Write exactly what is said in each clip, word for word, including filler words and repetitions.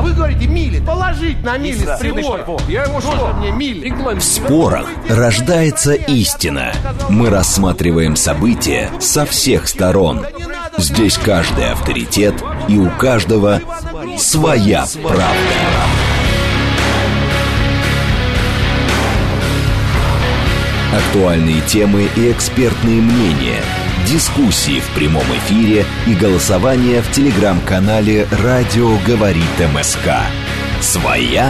вы говорите мили. Положить на мили прибор. Я ему что? Мне мили. В спорах рождается истина. Мы рассматриваем события со всех сторон. Здесь каждый авторитет, и у каждого своя правда. Актуальные темы и экспертные мнения, дискуссии в прямом эфире и голосование в телеграм-канале «Радио говорит МСК». «Своя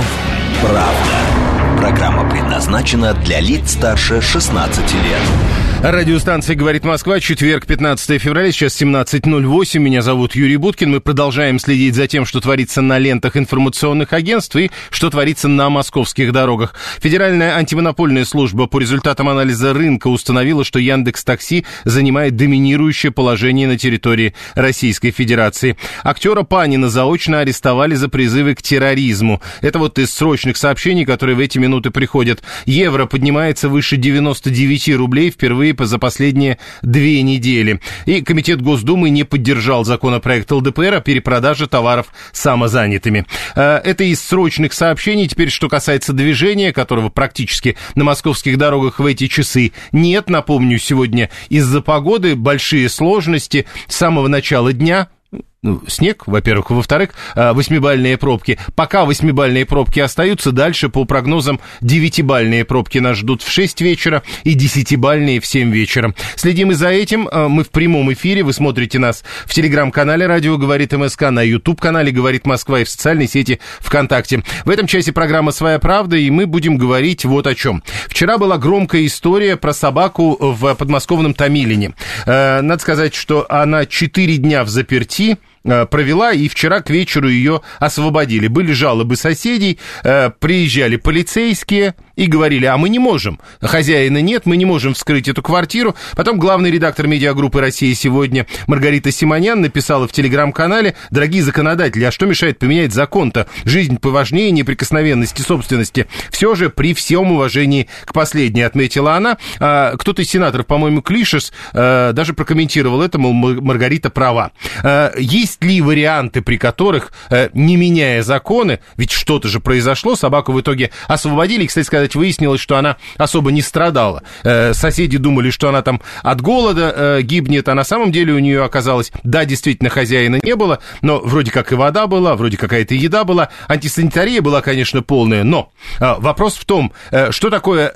правда». Программа предназначена для лиц старше шестнадцати лет. Радиостанция «Говорит Москва», четверг, пятнадцатое февраля, сейчас семнадцать ноль восемь. Меня зовут Юрий Буткин. Мы продолжаем следить за тем, что творится на лентах информационных агентств и что творится на московских дорогах. Федеральная антимонопольная служба по результатам анализа рынка установила, что Яндекс.Такси занимает доминирующее положение на территории Российской Федерации. Актера Панина заочно арестовали за призывы к терроризму. Это вот из срочных сообщений, которые в эти минуты приходят. Евро поднимается выше девяносто девять рублей впервые за последние две недели. И Комитет Госдумы не поддержал законопроект ЛДПР о перепродаже товаров самозанятыми. Это из срочных сообщений. Теперь, что касается движения, которого практически на московских дорогах в эти часы нет. Напомню, сегодня из-за погоды большие сложности с самого начала дня. Ну, снег, во-первых, во-вторых, восьмибальные пробки. Пока восьмибальные пробки остаются, дальше, по прогнозам, девятибальные пробки нас ждут в шесть вечера и десятибальные в семь вечера. Следим и за этим. Мы в прямом эфире. Вы смотрите нас в телеграм-канале «Радио говорит МСК», на YouTube-канале «Говорит Москва» и в социальной сети ВКонтакте. В этом часе программа «Своя правда», и мы будем говорить вот о чем. Вчера была громкая история про собаку в подмосковном Томилине. Надо сказать, что она четыре дня в заперти провела, и вчера к вечеру ее освободили. Были жалобы соседей, приезжали полицейские и говорили: а мы не можем, хозяина нет, мы не можем вскрыть эту квартиру. Потом главный редактор медиагруппы «Россия сегодня» Маргарита Симонян написала в телеграм-канале: дорогие законодатели, а что мешает поменять закон-то? Жизнь поважнее неприкосновенности собственности. Все же при всем уважении к последней, отметила она. Кто-то из сенаторов, по-моему, Клишес, даже прокомментировал это, мол, Маргарита права. Есть ли варианты, при которых, не меняя законы, ведь что-то же произошло, собаку в итоге освободили, и, кстати сказать, выяснилось, что она особо не страдала. Соседи думали, что она там от голода гибнет, а на самом деле у нее оказалось, да, действительно, хозяина не было, но вроде как и вода была, вроде какая-то еда была, антисанитария была, конечно, полная, но вопрос в том, что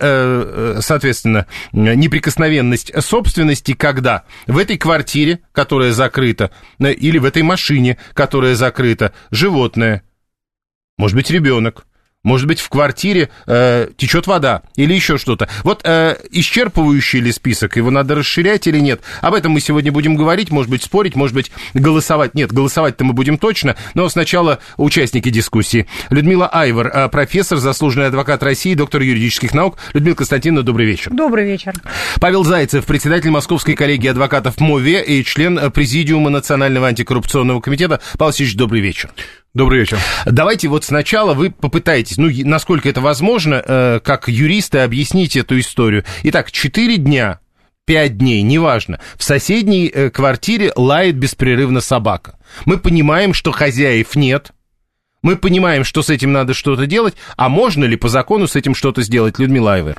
такое, соответственно, неприкосновенность собственности, когда в этой квартире, которая закрыта, или в этой машине, которая закрыта, животное, может быть, ребенок, может быть, в квартире э, течет вода или еще что-то. Вот э, исчерпывающий ли список, его надо расширять или нет? Об этом мы сегодня будем говорить, может быть, спорить, может быть, голосовать. Нет, голосовать-то мы будем точно, но сначала участники дискуссии. Людмила Айвар, профессор, заслуженный адвокат России, доктор юридических наук. Людмила Константиновна, добрый вечер. Добрый вечер. Павел Зайцев, председатель Московской коллегии адвокатов МОВЕ и член Президиума Национального антикоррупционного комитета. Павел Васильевич, добрый вечер. Добрый вечер. Давайте вот сначала вы попытаетесь, ну, насколько это возможно, э, как юристы, объяснить эту историю. Итак, четыре дня, пять дней, неважно, в соседней э, квартире лает беспрерывно собака. Мы понимаем, что хозяев нет. Мы понимаем, что с этим надо что-то делать, а можно ли по закону с этим что-то сделать, Людмила Айвер?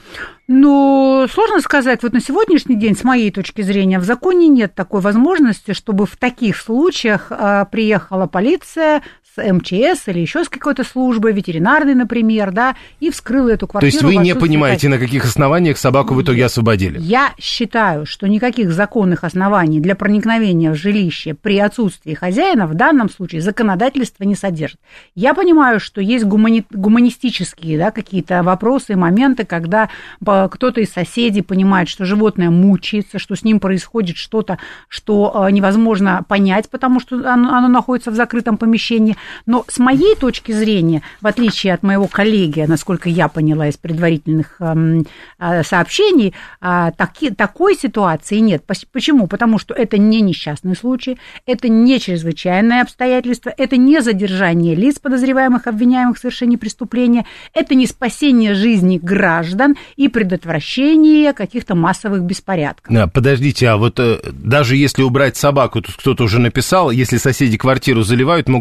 Ну, сложно сказать. Вот на сегодняшний день, с моей точки зрения, в законе нет такой возможности, чтобы в таких случаях а, приехала полиция с эм че эс или еще с какой-то службой, ветеринарной, например, да, и вскрыла эту квартиру. То есть вы не понимаете, на каких основаниях собаку в итоге освободили? Я считаю, что никаких законных оснований для проникновения в жилище при отсутствии хозяина в данном случае законодательство не содержит. Я понимаю, что есть гумани... гуманистические, да, какие-то вопросы и моменты, когда кто-то из соседей понимает, что животное мучается, что с ним происходит что-то, что невозможно понять, потому что оно, оно находится в закрытом помещении. Но с моей точки зрения, в отличие от моего коллеги, насколько я поняла из предварительных э, э, сообщений, э, таки, такой ситуации нет. Почему? Потому что это не несчастный случай, это не чрезвычайное обстоятельство, это не задержание лиц, подозреваемых, обвиняемых в совершении преступления, это не спасение жизни граждан и предотвращение каких-то массовых беспорядков. А, подождите, а вот э, даже если убрать собаку, тут кто-то уже написал, если соседи квартиру заливают, могут только стоять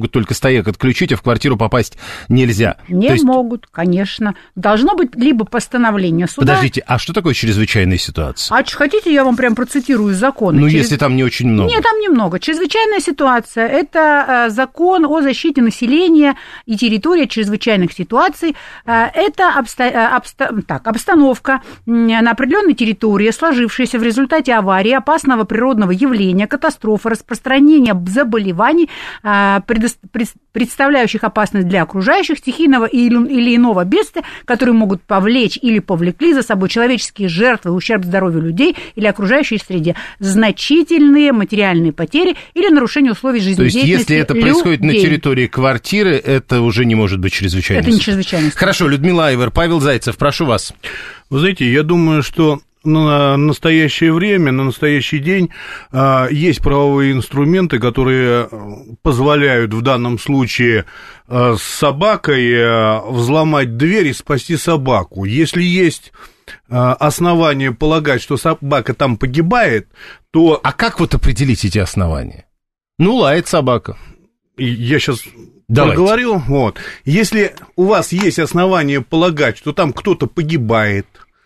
стояк отключить, а в квартиру попасть нельзя. Не есть... могут, конечно. Должно быть либо постановление суда... Подождите, а что такое чрезвычайная ситуация? А хотите, я вам прям процитирую из закона? Ну, Через... если там не очень много. Нет, там немного. Чрезвычайная ситуация – это закон о защите населения и территории от чрезвычайных ситуаций. Это обсто... обсто... так, обстановка на определенной территории, сложившаяся в результате аварии, опасного природного явления, катастрофы, распространения заболеваний, представляющих опасность для окружающих, стихийного или иного бедствия, которые могут повлечь или повлекли за собой человеческие жертвы, ущерб здоровью людей или окружающей среде, значительные материальные потери или нарушение условий жизнедеятельности людей. То есть, если это происходит на территории квартиры, это уже не может быть чрезвычайной Это не чрезвычайность. Хорошо, Людмила Айвер, Павел Зайцев, прошу вас. Вы знаете, я думаю, что на настоящее время, на настоящий день а, есть правовые инструменты, которые позволяют в данном случае а, с собакой а, взломать дверь и спасти собаку. Если есть а, основания полагать, что собака там погибает, то... А как вот определить эти основания? Ну, лает собака. Я сейчас... Давайте. Проговорю. Вот. Если у вас есть основания полагать, что там кто-то погибает,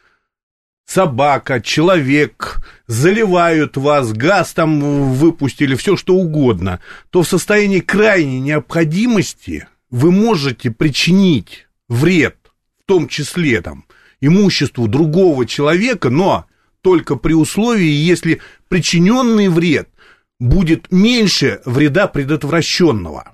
собака, человек, заливают вас, газ там выпустили, все что угодно, то в состоянии крайней необходимости вы можете причинить вред, в том числе там, имуществу другого человека, но только при условии, если причиненный вред будет меньше вреда предотвращенного.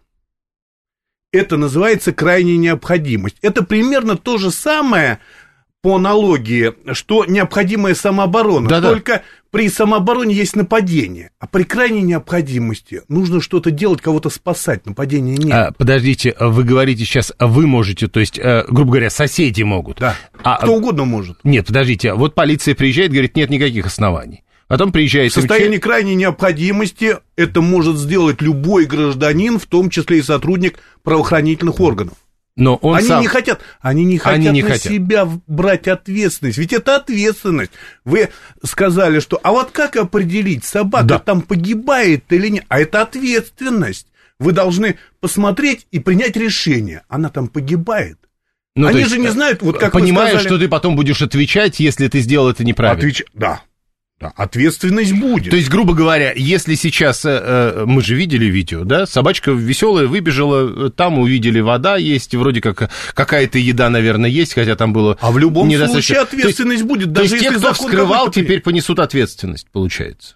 Это называется крайняя необходимость. Это примерно то же самое, по аналогии, что необходимая самооборона. Да-да. Только при самообороне есть нападение, а при крайней необходимости нужно что-то делать, кого-то спасать, нападения нет. А, подождите, вы говорите сейчас, вы можете, то есть, грубо говоря, соседи могут. Да, а, кто угодно может. Нет, подождите, вот полиция приезжает, говорит, нет никаких оснований. Потом приезжает... В состоянии крайней необходимости это может сделать любой гражданин, в том числе и сотрудник правоохранительных органов. Но он они сам... не хотят, они не хотят они не на хотят. себя брать ответственность. Ведь это ответственность. Вы сказали, что... А вот как определить, собака да. там погибает или нет? А это ответственность. Вы должны посмотреть и принять решение. Она там погибает. Ну, они есть, же не знают, вот как понимаешь, вы сказали... что ты потом будешь отвечать, если ты сделал это неправильно. Отвеч... Да. Да, ответственность будет. То есть, грубо говоря, если сейчас, э, мы же видели видео, да, собачка веселая выбежала, там увидели вода есть, вроде как какая-то еда, наверное, есть, хотя там было... А в любом недостаточно... случае ответственность то есть, будет, даже то есть если те, кто закон вскрывал, какой-то... теперь понесут ответственность, получается.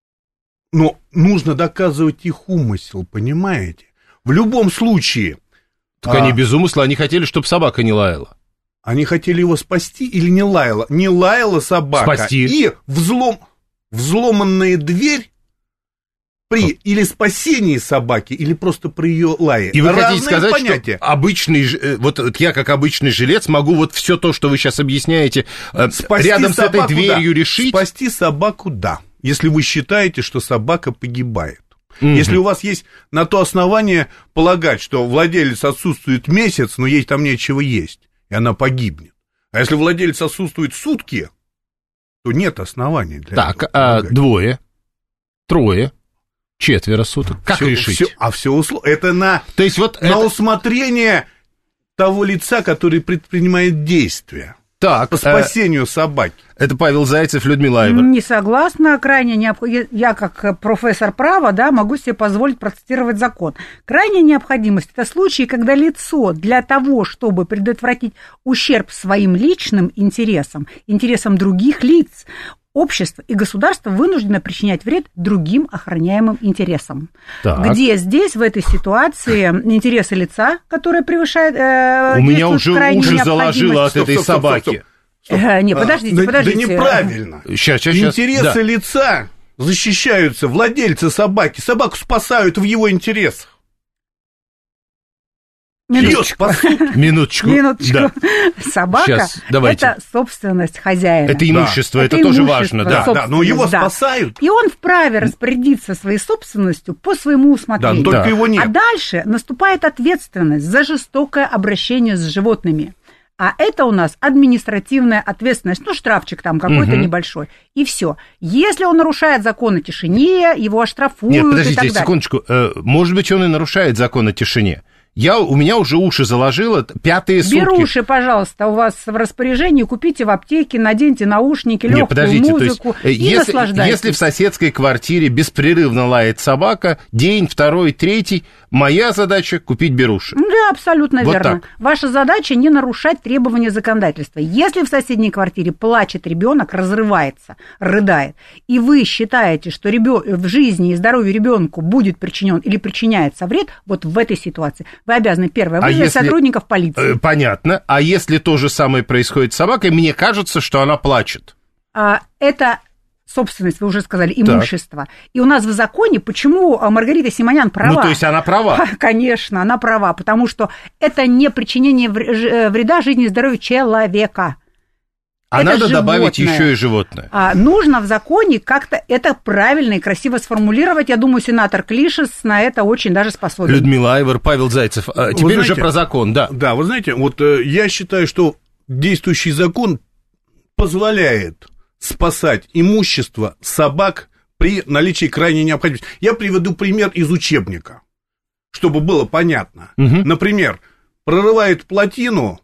Но нужно доказывать их умысел, понимаете? В любом случае... Так а... они без умысла, они хотели, чтобы собака не лаяла. Они хотели его спасти или не лаяла? Не лаяла собака. Спасти. И взлом... взломанная дверь при Что? Или спасении собаки, или просто при ее лае. И вы Разные хотите сказать, понятия. Что обычный, вот я как обычный жилец могу вот все то, что вы сейчас объясняете, спасти рядом с этой дверью да. решить? Спасти собаку, да, если вы считаете, что собака погибает. Угу. Если у вас есть на то основание полагать, что владелец отсутствует месяц, но ей там нечего есть, и она погибнет. А если владелец отсутствует сутки, то нет оснований для так, этого. Так, а двое, трое, четверо суток. Как все, решить? Все, а все условно. Это на, То есть вот на это... усмотрение того лица, который предпринимает действия так, по спасению э... собаки. Это Павел Зайцев, Людмила Айвер. Не согласна, крайне необходимо. Я, как профессор права, да, могу себе позволить процитировать закон. Крайняя необходимость – это случаи, когда лицо для того, чтобы предотвратить ущерб своим личным интересам, интересам других лиц, общество и государство вынуждено причинять вред другим охраняемым интересам. Так. Где здесь, в этой ситуации, интересы лица, которое превышает... Э, У меня уже уши заложило от этой стоп, стоп, собаки. Стоп, стоп. Э, не, подождите, да, подождите. Да неправильно. Сейчас, сейчас, Интересы сейчас. Да. лица защищаются, владельцы собаки. Собаку спасают в его интересах. Минуточку. Минуточку. Минуточку. Да. Собака Сейчас, – это собственность хозяина. Это имущество, да. это, это тоже важно. Да, да, но его да. спасают. И он вправе распорядиться своей собственностью по своему усмотрению. Да, только да. его нет. А дальше наступает ответственность за жестокое обращение с животными. А это у нас административная ответственность, ну, штрафчик там какой-то угу. небольшой, и все. Если он нарушает закон о тишине, его оштрафуют. Нет, подождите, и так далее. секундочку, может быть, он и нарушает закон о тишине. Я, у меня уже уши заложило пятые сутки. Беруши, пожалуйста, у вас в распоряжении, купите в аптеке, наденьте наушники, легкую Нет, подождите, музыку то есть, и если, наслаждайтесь. Если в соседской квартире беспрерывно лает собака, день, второй, третий, моя задача купить беруши. Да, абсолютно вот верно. Так. Ваша задача не нарушать требования законодательства. Если в соседней квартире плачет ребенок, разрывается, рыдает, и вы считаете, что ребё... в жизни и здоровью ребенку будет причинен или причиняется вред, вот в этой ситуации вы обязаны, первое, вызвать а если... сотрудников полиции. Понятно. А если то же самое происходит с собакой, мне кажется, что она плачет. А, это... собственность, вы уже сказали, имущество. Так. И у нас в законе, почему Маргарита Симонян права? Ну, то есть она права. Конечно, она права, потому что это не причинение вреда жизни и здоровью человека. А это надо животное. Добавить еще и животное. А, нужно в законе как-то это правильно и красиво сформулировать. Я думаю, сенатор Клишес на это очень даже способен. Людмила Айвар, Павел Зайцев. А, теперь знаете, уже про закон, да. Да, вы знаете, вот я считаю, что действующий закон позволяет спасать имущество собак при наличии крайней необходимости. Я приведу пример из учебника, чтобы было понятно. Угу. Например, прорывает плотину,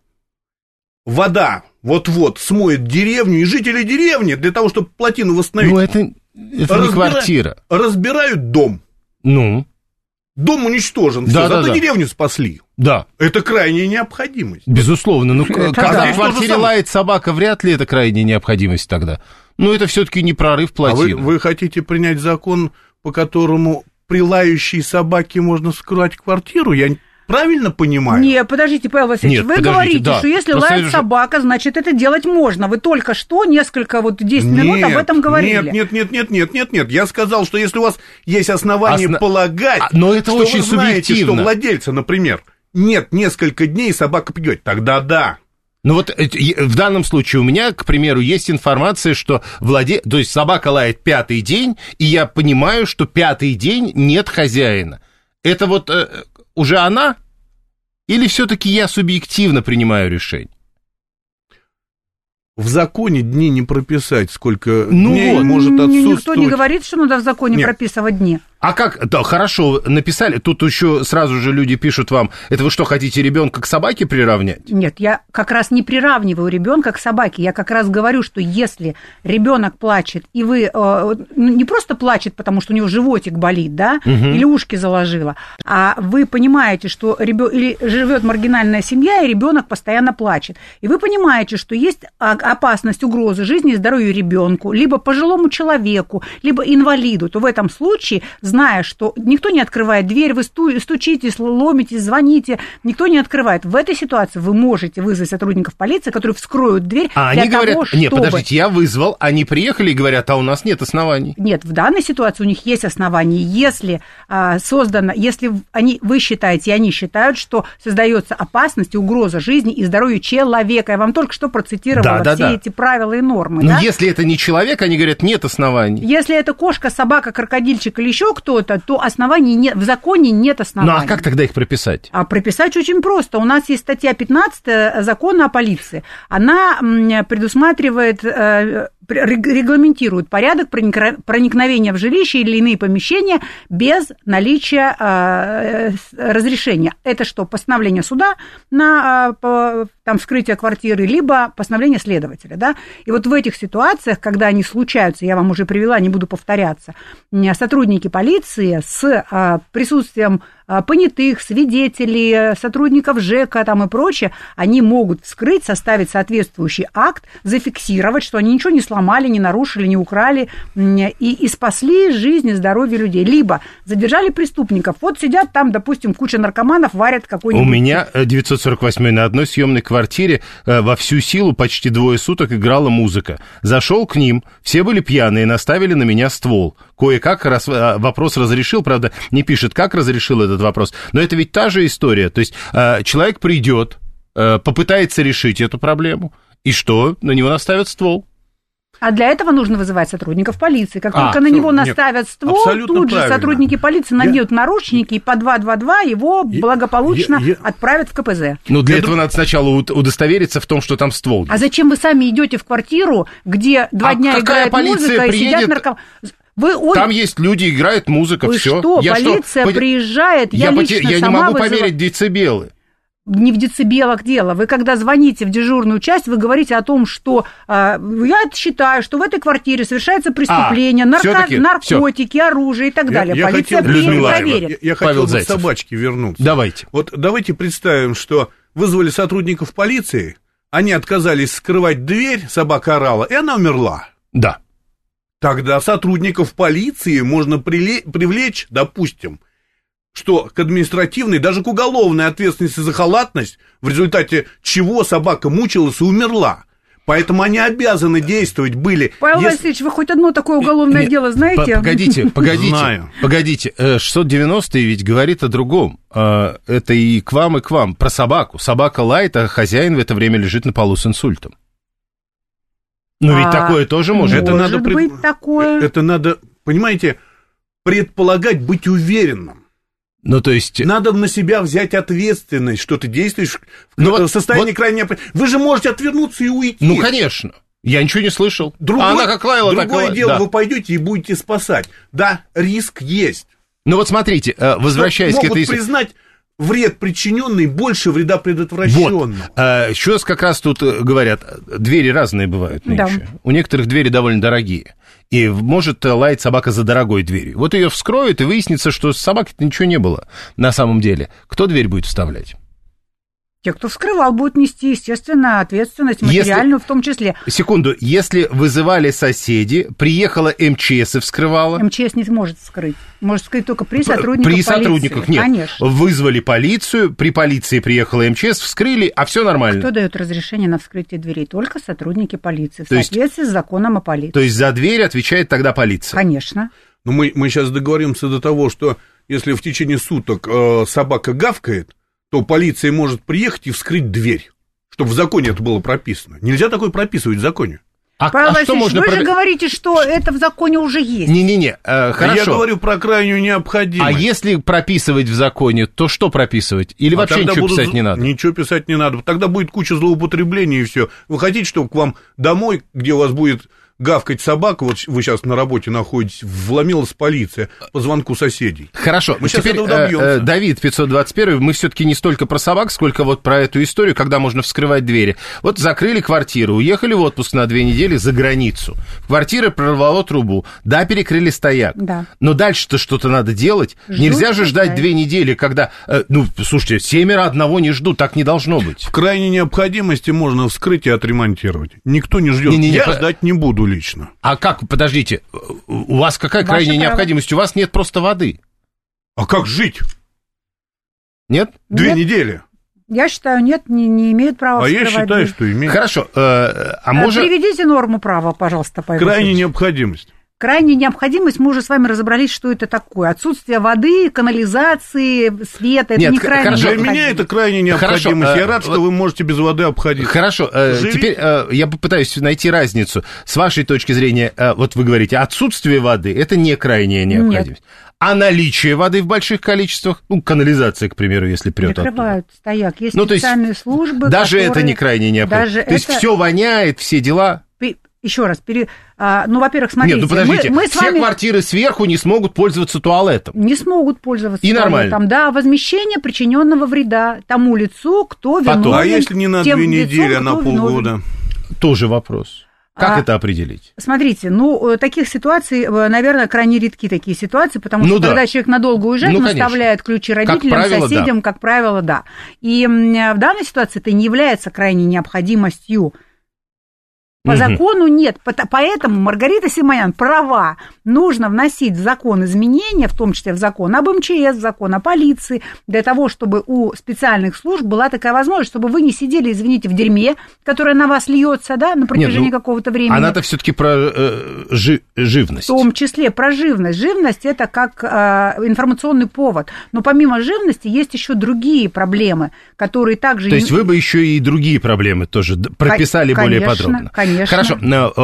вода вот-вот смоет деревню, и жители деревни для того, чтобы плотину восстановить... Ну, это, это разбира... не квартира. Разбирают дом. Ну? Дом уничтожен, да, все, да, зато да. деревню спасли. Да. Это крайняя необходимость. Безусловно. Ну, когда да. в квартире лает собака, вряд ли это крайняя необходимость тогда. Но это все-таки не прорыв плотины. А вы, вы хотите принять закон, по которому при лающей собаке можно скрывать квартиру? Я правильно понимаю? Не, подождите, Павел Васильевич, Нет, вы подождите, говорите, да. что если Просто лает же... собака, значит, это делать можно. Вы только что несколько, вот десять нет, минут об этом говорили. Нет, нет, нет, нет, нет, нет, нет. Я сказал, что если у вас есть основания Осна... полагать, а, но это что очень вы знаете, субъективно. что владельца, например, нет несколько дней, собака пьет, тогда да. Ну вот в данном случае у меня, к примеру, есть информация, что владе... то есть собака лает пятый день, и я понимаю, что пятый день нет хозяина. Это вот э, уже она? Или все-таки я субъективно принимаю решение? В законе дни не прописать, сколько ну, дней может отсутствовать. Никто не говорит, что надо в законе Нет. прописывать дни. А как? Да, хорошо, написали. Тут еще сразу же люди пишут вам, это вы что, хотите ребенка к собаке приравнять? Нет, я как раз не приравниваю ребенка к собаке. Я как раз говорю, что если ребенок плачет, и вы э, не просто плачет, потому что у него животик болит, да, угу. или ушки заложило, а вы понимаете, что ребё... или живет маргинальная семья, и ребенок постоянно плачет. И вы понимаете, что есть опасность угрозы жизни и здоровью ребенку, либо пожилому человеку, либо инвалиду, то в этом случае, зная, что никто не открывает дверь, вы стучитесь, ломитесь, звоните, никто не открывает. В этой ситуации вы можете вызвать сотрудников полиции, которые вскроют дверь а для они того, говорят, чтобы... Нет, подождите, я вызвал, они приехали и говорят, а у нас нет оснований. Нет, в данной ситуации у них есть основания. Если а, создано, если они, вы считаете, и они считают, что создается опасность и угроза жизни и здоровью человека. Я вам только что процитировала да, да, все да. эти правила и нормы. Но да? если это не человек, они говорят, нет оснований. Если это кошка, собака, крокодильчик или еще кто-то, то оснований нет, в законе нет оснований. Ну а как тогда их прописать? А прописать очень просто. У нас есть статья пятнадцатая закона о полиции. Она предусматривает, регламентирует порядок проникновения в жилище или иные помещения без наличия разрешения. Это что, постановление суда на там, вскрытие квартиры, либо постановление следователя. Да? И вот в этих ситуациях, когда они случаются, я вам уже привела, не буду повторяться, сотрудники полиции с присутствием понятых, свидетелей, сотрудников ЖЭКа там и прочее, они могут вскрыть, составить соответствующий акт, зафиксировать, что они ничего не сломали, не нарушили, не украли и, и спасли жизнь и здоровье людей. Либо задержали преступников. Вот сидят там, допустим, куча наркоманов, варят какой-нибудь... У меня девятьсот сорок восемь на одной съемной квартире во всю силу почти двое суток играла музыка. Зашел к ним, все были пьяные, наставили на меня ствол. Кое-как раз, вопрос разрешил, правда, не пишет, как разрешил этот вопрос, но это ведь та же история. То есть человек придет, попытается решить эту проблему, и что? На него наставят ствол. А для этого нужно вызывать сотрудников полиции. Как а, только на него наставят нет, ствол, тут же правильно. сотрудники полиции наденут я... наручники и по два два два его я... благополучно я... Я... отправят в ка пэ зэ. Ну, для я этого друг... надо сначала удостовериться в том, что там ствол. А зачем вы сами идете в квартиру, где два а дня играет музыка приедет... и сидят наркоманы? Вы, ой, там есть люди, играет музыка, вы все. Что, я полиция что, приезжает, я, я лично поте... Я сама не могу вызываю... померить децибелы. Не в децибелах дело. Вы когда звоните в дежурную часть, вы говорите о том, что э, я считаю, что в этой квартире совершается преступление, а, нарко... наркотики, всё. Оружие и так далее. Я, полиция я хотел, проверит. Я, я хотел бы к собачке вернуться. Давайте. Вот давайте представим, что вызвали сотрудников полиции, они отказались скрывать дверь, собака орала, и она умерла. Да. Тогда сотрудников полиции можно приле... привлечь, допустим, что к административной, даже к уголовной ответственности за халатность, в результате чего собака мучилась и умерла. Поэтому они обязаны действовать были. Павел если... Васильевич, вы хоть одно такое уголовное Нет, дело знаете? Погодите, погодите, Знаю. погодите. шестьсот девяностый ведь говорит о другом. Это и к вам, и к вам. Про собаку. Собака лает, а хозяин в это время лежит на полу с инсультом. Ну ведь а, такое тоже может, это может надо быть. Такое. Это надо, понимаете, предполагать, быть уверенным. Ну, то есть... Надо на себя взять ответственность, что ты действуешь в ну, вот, состоянии вот... крайней... Вы же можете отвернуться и уйти. Ну, конечно. Я ничего не слышал. Другой, а она как лаяла, другое так лаяла. дело, да. вы пойдете и будете спасать. Да, риск есть. Ну, вот смотрите, возвращаясь что к этой... Могут признать вред причиненный больше вреда предотвращенного. Вот. Сейчас как раз тут говорят, двери разные бывают нынче. Да. У некоторых двери довольно дорогие. И может лаять собака за дорогой дверью. Вот ее вскроют, и выяснится, что с собакой-то ничего не было на самом деле. Кто дверь будет вставлять? Те, кто вскрывал, будут нести, естественно, ответственность, материальную если, в том числе. Секунду, если вызывали соседи, приехала эм че эс и вскрывала... эм че эс не сможет вскрыть. Может вскрыть только при сотрудниках При полиции. сотрудниках, нет. Конечно. Вызвали полицию, при полиции приехала эм че эс, вскрыли, а все нормально. Кто дает разрешение на вскрытие дверей? Только сотрудники полиции, в то соответствии есть, с законом о полиции. То есть за дверь отвечает тогда полиция? Конечно. Но мы, мы сейчас договоримся до того, что если в течение суток э, собака гавкает, то полиция может приехать и вскрыть дверь, чтобы в законе это было прописано. Нельзя такое прописывать в законе. А, Павел а Васильевич, что можно вы про... же говорите, что это в законе уже есть. Не-не-не, э, хорошо. Я говорю про крайнюю необходимость. А если прописывать в законе, то что прописывать? Или а вообще ничего будут... писать не надо? Ничего писать не надо. Тогда будет куча злоупотреблений и все. Вы хотите, чтобы к вам домой, где у вас будет гавкать собака, вот вы сейчас на работе находитесь, вломилась полиция по звонку соседей. Хорошо, мы теперь э, Давид пятьсот двадцать один, мы все-таки не столько про собак, сколько вот про эту историю, когда можно вскрывать двери. Вот закрыли квартиру, уехали в отпуск на две недели за границу. Квартира прорвало трубу, да, перекрыли стояк. Да. Но дальше-то что-то надо делать. Ждут, нельзя же ждать да. две недели, когда, э, ну, слушайте, семеро одного не ждут, так не должно быть. В крайней необходимости можно вскрыть и отремонтировать. Никто не ждет. Не, не, не, Я по... ждать не буду лично. А как, подождите, у вас какая Ваша крайняя право. необходимость? У вас нет просто воды. А как жить? Нет? Две нет. недели. Я считаю, нет, не, не имеют права А вскрывать. я считаю, дверь. что имеют. Хорошо, э, а может... Приведите норму права, пожалуйста, Павел Крайняя Васильевич. необходимость. Крайняя необходимость, мы уже с вами разобрались, что это такое. Отсутствие воды, канализации, света, это Нет, не крайняя хорошо. Для меня это крайняя необходимость. Хорошо, Я рад, э, что вы можете без воды обходиться. Хорошо, э, теперь э, я попытаюсь найти разницу. С вашей точки зрения, э, вот вы говорите, отсутствие воды – это не крайняя необходимость. Нет. А наличие воды в больших количествах, ну, канализация, к примеру, если прет Прикрывают оттуда. стояк. Есть ну, специальные есть, службы, даже которые... это не крайняя необходимость. Даже то есть это... все воняет, все дела... Еще раз, пере... а, ну, во-первых, смотрите. Нет, ну подождите, мы, мы все вами... квартиры сверху не смогут пользоваться туалетом. Не смогут пользоваться и туалетом. Нормально. Да, возмещение причиненного вреда тому лицу, кто виновен. Потом. А если не на две недели, а на полгода? Тоже вопрос. Как а, это определить? Смотрите, ну, таких ситуаций, наверное, крайне редки такие ситуации, потому что ну, когда да. человек надолго уезжает, ну, он оставляет ключи родителям, как правило, соседям, да. как правило, да. И в данной ситуации это не является крайней необходимостью. По угу. закону нет, поэтому Маргарита Симонян права. Нужно вносить в закон изменения, в том числе в закон об эм че эс, в закон о полиции, для того, чтобы у специальных служб была такая возможность, чтобы вы не сидели, извините, в дерьме, которое на вас льется, да, на протяжении нет, ну, какого-то времени. Она-то все-таки про э, жи- живность. В том числе про живность. Живность – это как э, информационный повод. Но помимо живности есть еще другие проблемы, которые также... То есть вы бы еще и другие проблемы тоже прописали конечно, более подробно. Конечно. Конечно. Хорошо.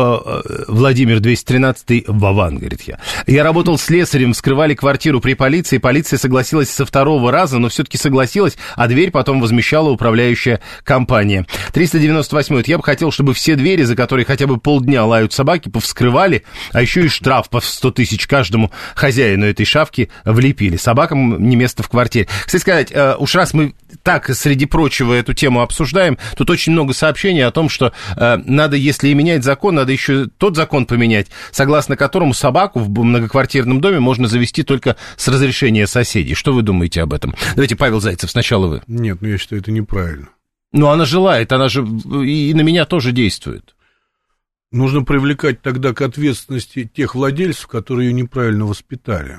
Владимир двести тринадцатый, Вован, говорит я. Я работал слесарем, вскрывали квартиру при полиции, полиция согласилась со второго раза, но все-таки согласилась, а дверь потом возмещала управляющая компания. триста девяносто восьмой. Я бы хотел, чтобы все двери, за которые хотя бы полдня лают собаки, повскрывали, а еще и штраф по сто тысяч каждому хозяину этой шавки влепили. Собакам не место в квартире. Кстати сказать, уж раз мы так, среди прочего, эту тему обсуждаем, тут очень много сообщений о том, что э, надо, если и менять закон, надо еще тот закон поменять, согласно которому собаку в многоквартирном доме можно завести только с разрешения соседей. Что вы думаете об этом? Давайте, Павел Зайцев, сначала вы. Нет, ну я считаю, это неправильно. Ну, она желает, она же и на меня тоже действует. Нужно привлекать тогда к ответственности тех владельцев, которые ее неправильно воспитали.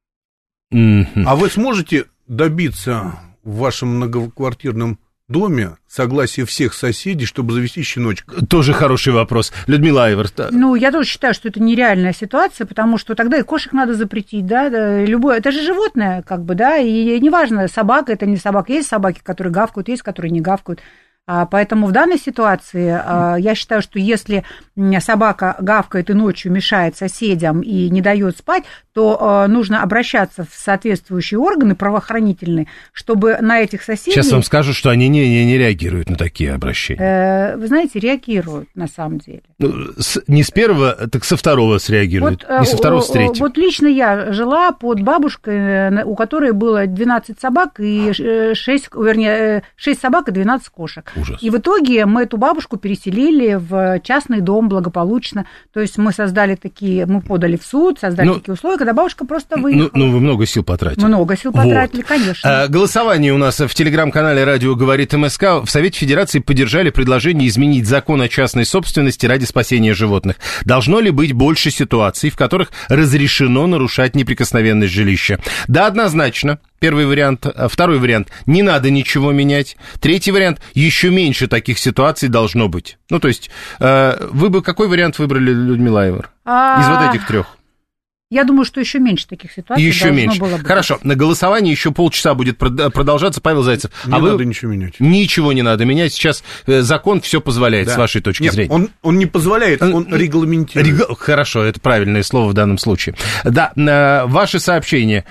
Mm-hmm. А вы сможете добиться в вашем многоквартирном доме согласия всех соседей, чтобы завести щеночка? Тоже хороший вопрос. Людмила Айверт. Ну, я тоже считаю, что это нереальная ситуация, потому что тогда и кошек надо запретить, да, да, любое, это же животное, как бы, да, и неважно, собака это не собака, есть собаки, которые гавкают, есть, которые не гавкают. Поэтому в данной ситуации я считаю, что если собака гавкает и ночью мешает соседям и не дает спать, то нужно обращаться в соответствующие органы правоохранительные, чтобы на этих соседей... Сейчас вам скажу, что они не, не, не реагируют на такие обращения. Вы знаете, реагируют на самом деле. Ну, с, не с первого, так со второго среагируют. Вот, не со второго, с третьего. Вот лично я жила под бабушкой, у которой было двенадцать собак и шесть, вернее, шесть собак и двенадцать кошек. Ужас. И в итоге мы эту бабушку переселили в частный дом благополучно. То есть мы создали такие, мы подали в суд, создали ну, такие условия, когда бабушка просто выехала. Ну, ну вы много сил потратили. Много сил потратили, вот. Конечно. А, голосование у нас в телеграм-канале «Радио говорит МСК». В Совете Федерации поддержали предложение изменить закон о частной собственности ради спасения животных. Должно ли быть больше ситуаций, в которых разрешено нарушать неприкосновенность жилища? Да, однозначно. Первый вариант. Второй вариант. Не надо ничего менять. Третий вариант. Еще меньше таких ситуаций должно быть. Ну, то есть, э, вы бы какой вариант выбрали, Людмила Айвер? А... Из вот этих трех? Я думаю, что еще меньше таких ситуаций еще должно меньше. было быть. Хорошо. На голосовании еще полчаса будет продолжаться. Павел Зайцев. Не а надо вы... ничего менять. Ничего не надо менять. Сейчас закон все позволяет, да. С вашей точки Нет, зрения. Он, он не позволяет, он, он регламентирует. Рег... Хорошо, это правильное слово в данном случае. Да, ваши сообщения...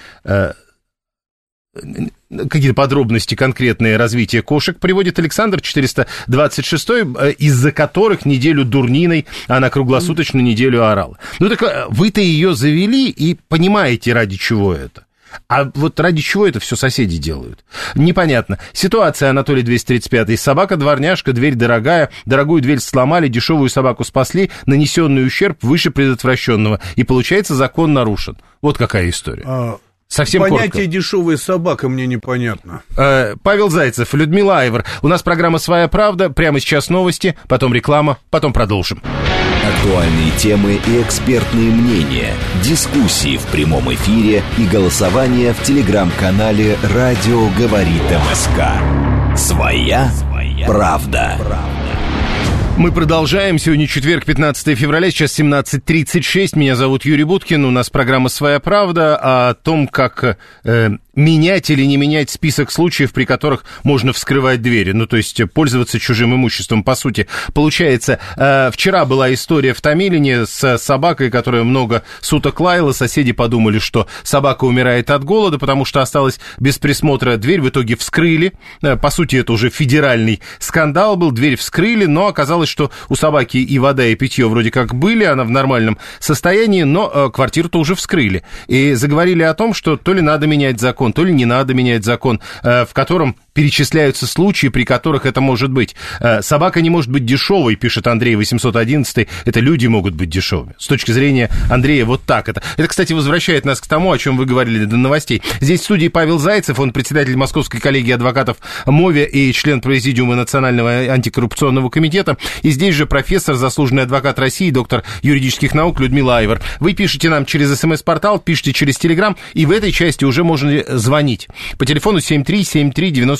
Какие-то подробности конкретные развития кошек приводит Александр, четыреста двадцать шестой, из-за которых неделю дурниной она круглосуточно неделю орала. Ну так вы-то ее завели и понимаете, ради чего это. А вот ради чего это все соседи делают? Непонятно. Ситуация, Анатолий двести тридцать пятый. Собака-дворняжка, дверь дорогая, дорогую дверь сломали, дешевую собаку спасли, нанесенный ущерб выше предотвращенного. И получается, закон нарушен. Вот какая история. А... Совсем Понятие коротко. «дешевая собака» мне непонятно. Э, Павел Зайцев, Людмила Айвер. У нас программа «Своя правда». Прямо сейчас новости, потом реклама, потом продолжим. Актуальные темы и экспертные мнения, дискуссии в прямом эфире и голосование в телеграм-канале «Радио говорит МСК». «Своя правда». Мы продолжаем. Сегодня четверг, пятнадцатое февраля, сейчас семнадцать тридцать шесть. Меня зовут Юрий Буткин. У нас программа «Своя правда» о том, как э, менять или не менять список случаев, при которых можно вскрывать двери. Ну, то есть пользоваться чужим имуществом, по сути. Получается, э, вчера была история в Томилине с собакой, которая много суток лаяла. Соседи подумали, что собака умирает от голода, потому что осталась без присмотра. Дверь в итоге вскрыли. Э, по сути, это уже федеральный скандал был. Дверь вскрыли, но оказалось, что у собаки и вода, и питье вроде как были, она в нормальном состоянии, но э, квартиру-то уже вскрыли. И заговорили о том, что то ли надо менять закон, то ли не надо менять закон, э, в котором перечисляются случаи, при которых это может быть. Э, собака не может быть дешевой, пишет Андрей восемьсот одиннадцать, это люди могут быть дешевыми. С точки зрения Андрея, вот так это. Это, кстати, возвращает нас к тому, о чем вы говорили до новостей. Здесь в студии Павел Зайцев, он председатель Московской коллегии адвокатов МОВИ и член президиума Национального антикоррупционного комитета. И здесь же профессор, заслуженный адвокат России, доктор юридических наук Людмила Айвер. Вы пишете нам через СМС-портал, пишите через Телеграм, и в этой части уже можно звонить. По телефону семь три семь три девяносто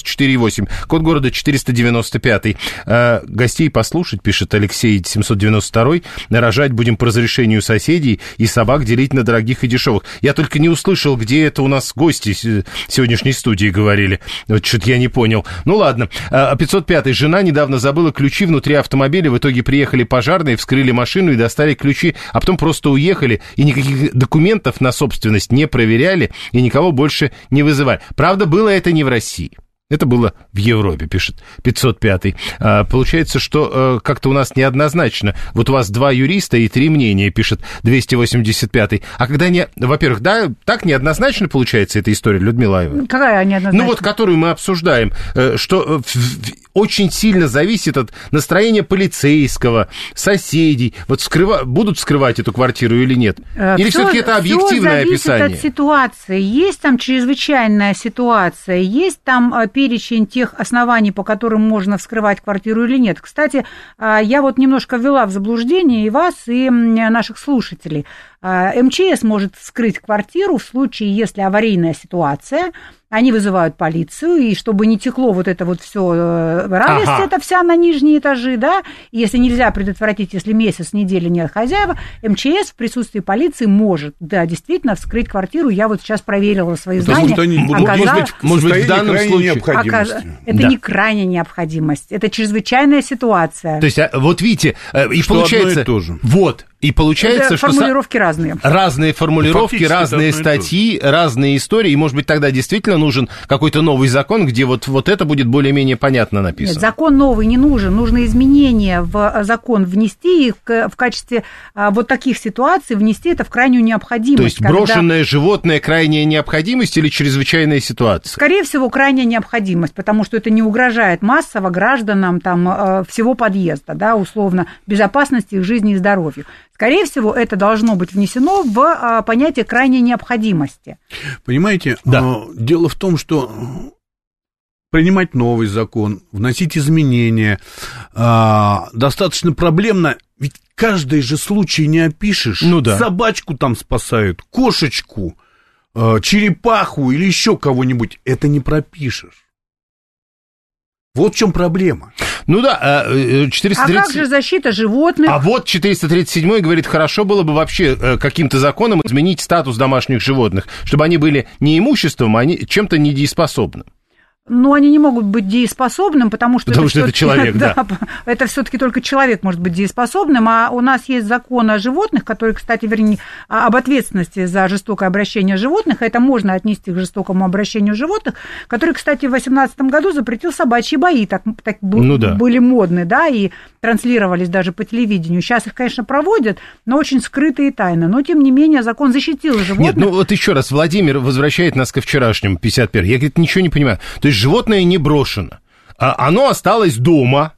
четыре восемь, код города четыреста девяносто пять. Э, гостей послушать, пишет Алексей семьсот девяносто второй, рожать будем по разрешению соседей и собак делить на дорогих и дешевых. Я только не услышал, где это у нас гости сегодняшней студии говорили. Вот что-то я не понял. Ну ладно. пятьсот пятый. Жена недавно забыла ключи внутри автомобиля. В итоге приехали пожарные, вскрыли машину и достали ключи, а потом просто уехали и никаких документов на собственность не проверяли и никого больше не вызывали. Правда, было это не в России. Это было в Европе, пишет пятьсот пятый. А, получается, что а, как-то у нас неоднозначно. Вот у вас два юриста и три мнения, пишет двести восемьдесят пятый. А когда не... Во-первых, да, так неоднозначно получается эта история, Людмила Аева? Какая неоднозначная? Ну вот, которую мы обсуждаем, что очень сильно зависит от настроения полицейского, соседей. Вот вскрыва... будут вскрывать эту квартиру или нет? Или все-таки это объективное описание? Все зависит от ситуации. Есть там чрезвычайная ситуация, есть там перечень тех оснований, по которым можно вскрывать квартиру или нет. Кстати, я вот немножко ввела в заблуждение и вас, и наших слушателей. эм че эс может вскрыть квартиру в случае, если аварийная ситуация, они вызывают полицию, и чтобы не текло вот это вот все радость, ага. это вся на нижние этажи, да, и если нельзя предотвратить, если месяц, неделя нет хозяева, эм че эс в присутствии полиции может, да, действительно вскрыть квартиру. Я вот сейчас проверила свои Потому знания. Что они будут, оказалось, может быть, может быть, в данном случае оказ... это да. не крайняя необходимость, это чрезвычайная ситуация. То есть, вот видите, и что получается... одно и то же. Вот. И получается, это что... формулировки разные. Разные формулировки, разные статьи, разные истории. И, может быть, тогда действительно нужен какой-то новый закон, где вот, вот это будет более-менее понятно написано. Нет, закон новый не нужен. Нужно изменения в закон внести и в качестве вот таких ситуаций внести это в крайнюю необходимость. То есть когда... брошенное животное крайняя необходимость или чрезвычайная ситуация? Скорее всего, крайняя необходимость, потому что это не угрожает массово гражданам там, всего подъезда, да, условно, безопасности их жизни и здоровью. Скорее всего, это должно быть внесено в а, понятие крайней необходимости. Понимаете, да. а, дело в том, что принимать новый закон, вносить изменения а, достаточно проблемно, ведь каждый же случай не опишешь. Ну да. Собачку там спасают, кошечку, а, черепаху или еще кого-нибудь. Это не пропишешь. Вот в чем проблема. Ну да, четыреста тридцать... А как же защита животных? А вот четыреста тридцать седьмой говорит, хорошо было бы вообще каким-то законом изменить статус домашних животных, чтобы они были не имуществом, а чем-то недееспособным. Но они не могут быть дееспособным, потому что... Потому это что это человек, да. да. Это все-таки только человек может быть дееспособным, а у нас есть закон о животных, который, кстати, вернее, об ответственности за жестокое обращение животных, это можно отнести к жестокому обращению животных, который, кстати, в две тысячи восемнадцатом году запретил собачьи бои, так, так ну, да. были модны, да, и транслировались даже по телевидению. Сейчас их, конечно, проводят, но очень скрыто и тайно. Но, тем не менее, закон защитил животных. Нет, ну вот еще раз, Владимир возвращает нас ко вчерашнему, пятьдесят первому. Я, говорит, ничего не понимаю. То есть животное не брошено, а оно осталось дома,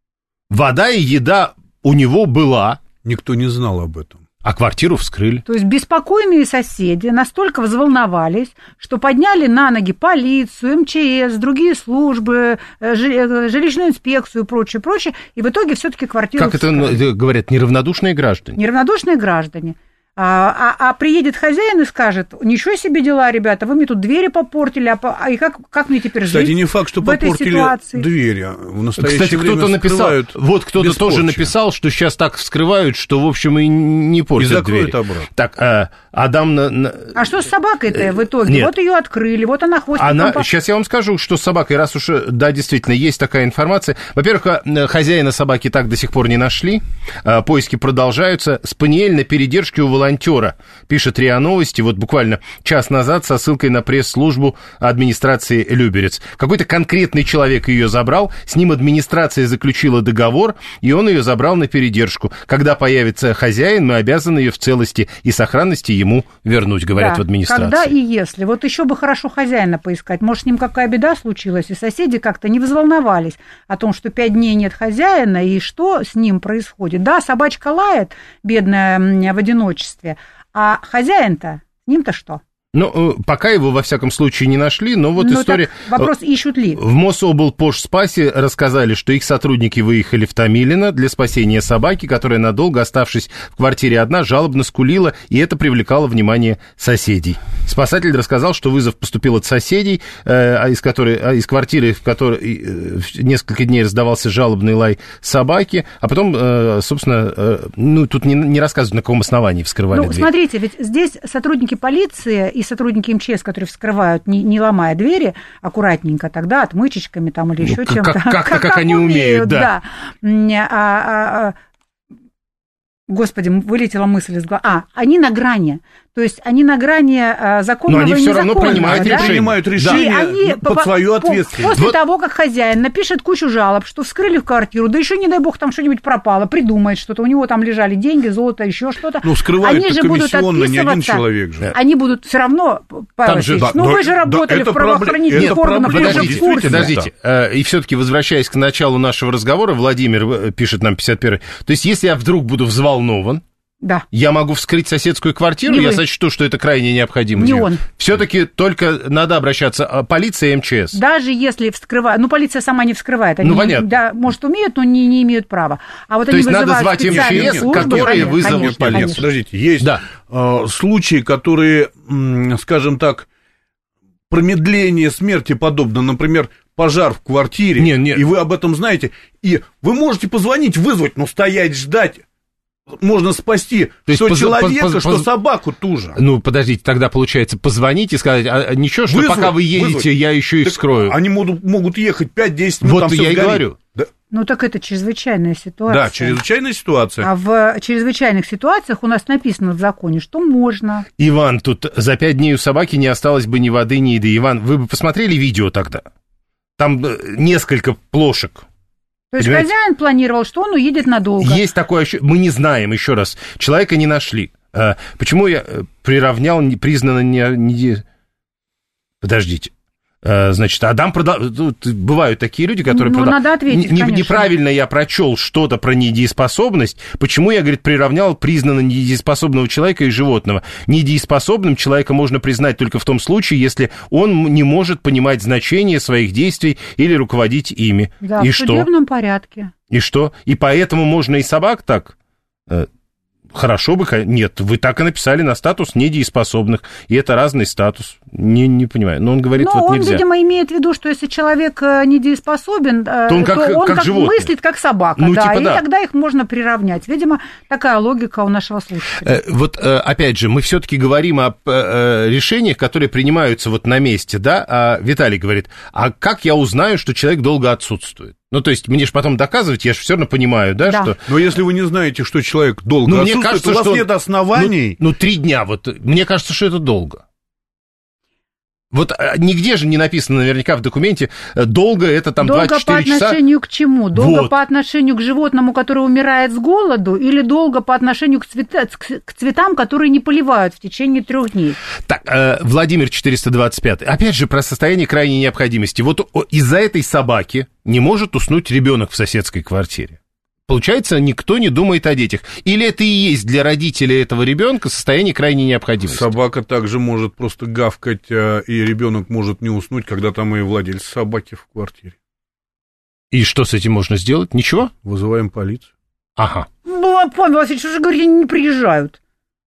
вода и еда у него была. Никто не знал об этом. А квартиру вскрыли. То есть беспокойные соседи настолько взволновались, что подняли на ноги полицию, эм че эс, другие службы, жилищную инспекцию и прочее, прочее, и в итоге все-таки квартиру Как вскрыли. это говорят, неравнодушные граждане? Неравнодушные граждане. А, а, а приедет хозяин и скажет, ничего себе дела, ребята, вы мне тут двери попортили, а, а и как, как мне теперь жить? Кстати, не факт, что попортили двери. В настоящее Кстати, время кто-то написал, вот кто-то тоже написал, что сейчас так вскрывают, что, в общем, и не портят двери. И закроют обратно. Так, а, Адам... На, на... А что с собакой-то в итоге? Нет. Вот ее открыли, вот она хвостиком... Она... По... Сейчас я вам скажу, что с собакой, раз уж, да, действительно, есть такая информация. Во-первых, хозяина собаки так до сих пор не нашли, поиски продолжаются. Спаниель на передержке у волонтера. Пишет РИА Новости, вот буквально час назад со ссылкой на пресс-службу администрации Люберец. Какой-то конкретный человек ее забрал, с ним администрация заключила договор, и он ее забрал на передержку. Когда появится хозяин, мы обязаны ее в целости и сохранности ему вернуть, говорят да, в администрации. Когда и если. Вот еще бы хорошо хозяина поискать. Может, с ним какая беда случилась, и соседи как-то не взволновались о том, что пять дней нет хозяина, и что с ним происходит. Да, собачка лает, бедная, в одиночестве, а хозяин-то, с ним-то что? Ну, пока его, во всяком случае, не нашли, но вот ну, история... Вопрос, ищут ли? В Мособлпожспасе рассказали, что их сотрудники выехали в Томилино для спасения собаки, которая, надолго оставшись в квартире одна, жалобно скулила, и это привлекало внимание соседей. Спасатель рассказал, что вызов поступил от соседей, э, из, которой, из квартиры, в которой э, несколько дней раздавался жалобный лай собаки, а потом, э, собственно, э, ну, тут не, не рассказывают, на каком основании вскрывали ну, дверь. Смотрите, ведь здесь сотрудники полиции и сотрудники эм че эс, которые вскрывают, не, не ломая двери, аккуратненько тогда, отмычечками там или еще ну, чем-то. Как, как, как, как они умеют, да. да. А, а, а, Господи, вылетела мысль из головы. А, они на грани. То есть они на грани а, законного и незаконного. Но они все равно принимают да? решение, принимают решение да. они под по, свою ответственность. После вот. того, как хозяин напишет кучу жалоб, что вскрыли в квартиру, да еще, не дай бог, там что-нибудь пропало, придумает что-то, у него там лежали деньги, золото, еще что-то. Ну, скрывают-то комиссионно, не один человек же. Они будут все равно, Павел же, да, ну, вы же работали да, в правоохранительных органах, вы же в курсе. Подождите, да. И все-таки, возвращаясь к началу нашего разговора, Владимир пишет нам пятьдесят первый, то есть если я вдруг буду взволнован, да. я могу вскрыть соседскую квартиру, не я вы. сочту, что это крайне необходимо. Не он. Все-таки только надо обращаться полиция и эм че эс. Даже если вскрывают, ну, полиция сама не вскрывает. Они ну, понятно. Да, может, умеют, но не, не имеют права. А вот То они есть надо звать эм че эс, службы, которые конечно, вызовут конечно, полицию. конечно. Подождите, есть да. э, случаи, которые, м, скажем так, промедление смерти подобно, например, пожар в квартире, нет, нет. и вы об этом знаете, и вы можете позвонить, вызвать, но стоять, ждать. Можно спасти То что поз... человека, поз... что поз... собаку ту же. Ну, подождите, тогда, получается, позвонить и сказать, а ничего, что вызвать, пока вы едете, вызвать. Я еще и так вскрою. Они могут, могут ехать пять-десять минут, вот там я все и сгорит. говорю. Да. Ну, так это чрезвычайная ситуация. Да, чрезвычайная ситуация. А в чрезвычайных ситуациях у нас написано в законе, что можно. Иван, тут за пять дней у собаки не осталось бы ни воды, ни еды. Иван, вы бы посмотрели видео тогда? Там несколько плошек. То есть Понимаете? Хозяин планировал, что он уедет надолго. Есть такое ощущение, мы не знаем, еще раз, человека не нашли. Почему я приравнял признанно не... не... Подождите. Значит, Адам продал... Бывают такие люди, которые... Ну, продал... надо ответить, не, конечно. Неправильно я прочел что-то про недееспособность. Почему я, говорит, приравнял признанно недееспособного человека и животного? Недееспособным человека можно признать только в том случае, если он не может понимать значение своих действий или руководить ими. Да, и в что? судебном порядке. И что? И поэтому можно и собак так... Хорошо бы... Нет, вы так и написали на статус недееспособных, и это разный статус. Не, не понимаю. Но он говорит, Но вот он, нельзя. видимо, имеет в виду, что если человек недееспособен, то он как, то он как, как мыслит, как собака. Ну, да, типа, и да. тогда их можно приравнять. Видимо, такая логика у нашего слушателя. Вот, опять же, мы все-таки говорим о решениях, которые принимаются вот на месте, да? А Виталий говорит, а как я узнаю, что человек долго отсутствует? Ну, то есть, мне же потом доказывать, я же все равно понимаю, да, да, что... Но если вы не знаете, что человек долго ну, отсутствует, мне кажется, у вас что... нет оснований... Ну, ну, три дня, вот, мне кажется, что это долго. Вот нигде же не написано наверняка в документе, долго это там двадцать четыре часа. Долго по отношению к чему? Долго вот. По отношению к животному, которое умирает с голоду, или долго по отношению к, цвета, к цветам, которые не поливают в течение трех дней? Так, э, Владимир четыреста двадцать пять. Опять же, про состояние крайней необходимости. Вот из-за этой собаки не может уснуть ребенок в соседской квартире. Получается, никто не думает о детях. Или это и есть для родителей этого ребенка состояние крайней необходимости? Собака также может просто гавкать, и ребенок может не уснуть, когда там и владелец собаки в квартире. И что с этим можно сделать? Ничего? Вызываем полицию. Ага. Ну, Павел Васильевич, уже говорили, они не приезжают.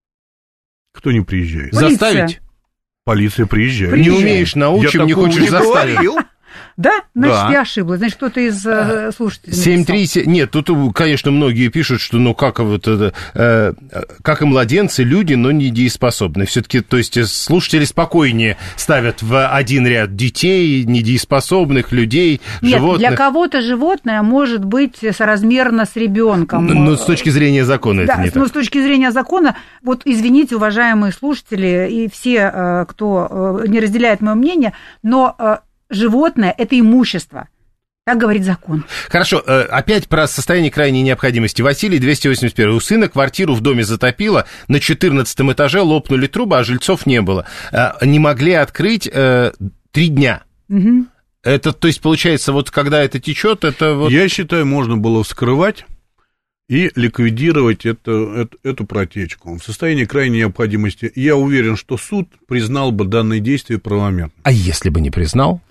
Кто не приезжает? Полиция. Заставить? Полиция приезжает. Не умеешь, научим, не хочешь заставить. Да? Значит, да. я ошиблась. Значит, кто-то из э, слушателей семь три семь... Нет, тут, конечно, многие пишут, что ну как вот это, э, как и младенцы, люди, но недееспособны. Все-таки, то есть, слушатели спокойнее ставят в один ряд детей, недееспособных, людей, Нет, животных. Для кого-то животное может быть соразмерно с ребенком. Но с точки зрения закона да, это не но так. с точки зрения закона, вот извините, уважаемые слушатели, и все, кто не разделяет мое мнение, но животное – это имущество. Так говорит закон. Хорошо, опять про состояние крайней необходимости. Василий, двести восемьдесят один. У сына квартиру в доме затопило, на четырнадцатом этаже лопнули трубы, а жильцов не было. Не могли открыть три дня. Угу. Это, то есть, получается, вот когда это течет, это вот... Я считаю, можно было вскрывать и ликвидировать это, это, эту протечку. В состоянии крайней необходимости, я уверен, что суд признал бы данные действия правомерными. А если бы не признал?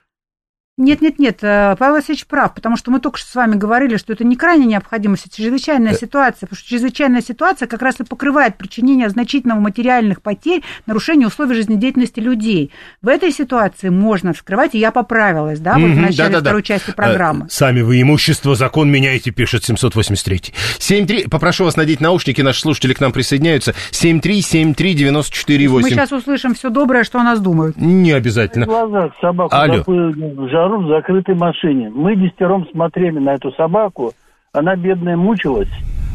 Нет, нет, нет, Павел Васильевич прав, потому что мы только что с вами говорили, что это не крайняя необходимость, это чрезвычайная ситуация, потому что чрезвычайная ситуация как раз и покрывает причинение значительного материальных потерь, нарушение условий жизнедеятельности людей. В этой ситуации можно вскрывать, и я поправилась, да, вот в начале да, да, второй да. части программы. Сами вы имущество, закон меняете, пишет семьсот восемьдесят три. семь три, попрошу вас надеть наушники, наши слушатели к нам присоединяются. семь три семь три девять четыре восемь. Мы сейчас услышим все доброе, что о нас думают. Не обязательно. Глаза собаку такую жару в закрытой машине. Мы десятером смотрели на эту собаку, она бедная мучилась,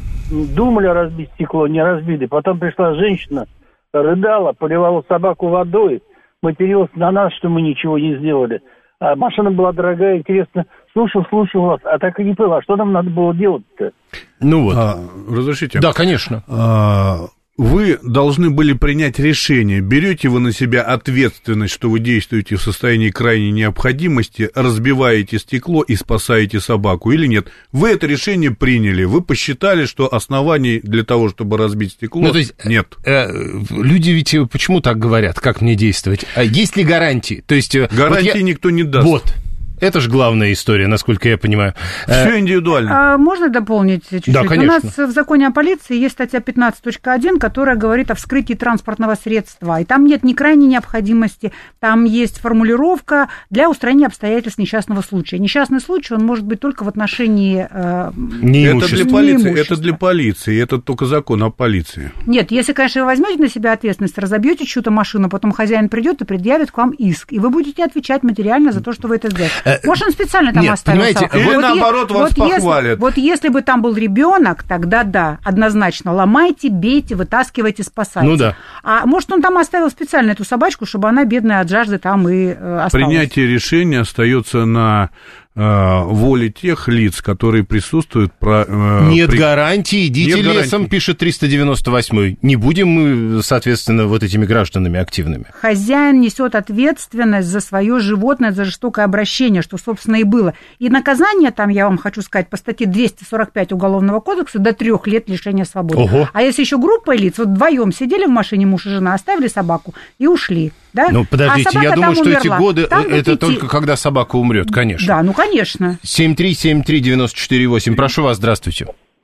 думали разбить стекло, не разбили. Потом пришла женщина, рыдала, поливала собаку водой, материлась на нас, что мы ничего не сделали. А машина была дорогая, интересно. Слушал, слушал вас, а так и не понял, а что нам надо было делать-то? Ну вот. А, разрешите? Да, конечно. А, вы должны были принять решение, берете вы на себя ответственность, что вы действуете в состоянии крайней необходимости, разбиваете стекло и спасаете собаку, или нет? Вы это решение приняли, вы посчитали, что оснований для того, чтобы разбить стекло, ну, то есть, нет. Э, э, люди ведь почему так говорят, как мне действовать? А есть ли гарантии? То есть, гарантии вот я... никто не даст. Вот. Это же главная история, насколько я понимаю. Все индивидуально. А, можно дополнить чуть-чуть? Да, конечно. У нас в законе о полиции есть статья пятнадцать точка один, которая говорит о вскрытии транспортного средства. И там нет ни крайней необходимости, там есть формулировка для устранения обстоятельств несчастного случая. Несчастный случай, он может быть только в отношении э, это для полиции, это для полиции, это только закон о полиции. Нет, если, конечно, вы возьмете на себя ответственность, разобьете чью-то машину, потом хозяин придет и предъявит к вам иск, и вы будете отвечать материально за то, что вы это сделали. Может, он специально там Нет, оставил понимаете, собаку. Или вот наоборот, е- вас вот похвалят. Если, вот если бы там был ребенок, тогда да, однозначно, ломайте, бейте, вытаскивайте, спасайте. Ну да. А может, он там оставил специально эту собачку, чтобы она, бедная, от жажды там и э, осталась. Принятие решения остается на э, воле тех лиц, которые присутствуют. Про, э, Нет при... гарантии, идите Нет лесом, гарантии. Пишет триста девяносто восемь. Не будем мы, соответственно, вот этими гражданами активными. Хозяин несет ответственность за свое животное, за жестокое обращение, что, собственно, и было. И наказание там, я вам хочу сказать, по статье двести сорок пять Уголовного кодекса до трех лет лишения свободы. Ого. А если еще группа лиц, вот вдвоем сидели в машине муж и жена, оставили собаку и ушли. Да? Ну, подождите, а я думаю, что умерла. эти годы, там это пяти... только когда собака умрет, конечно. Да, ну, конечно. семь три семь три девять четыре восемь. Прошу вас, здравствуйте.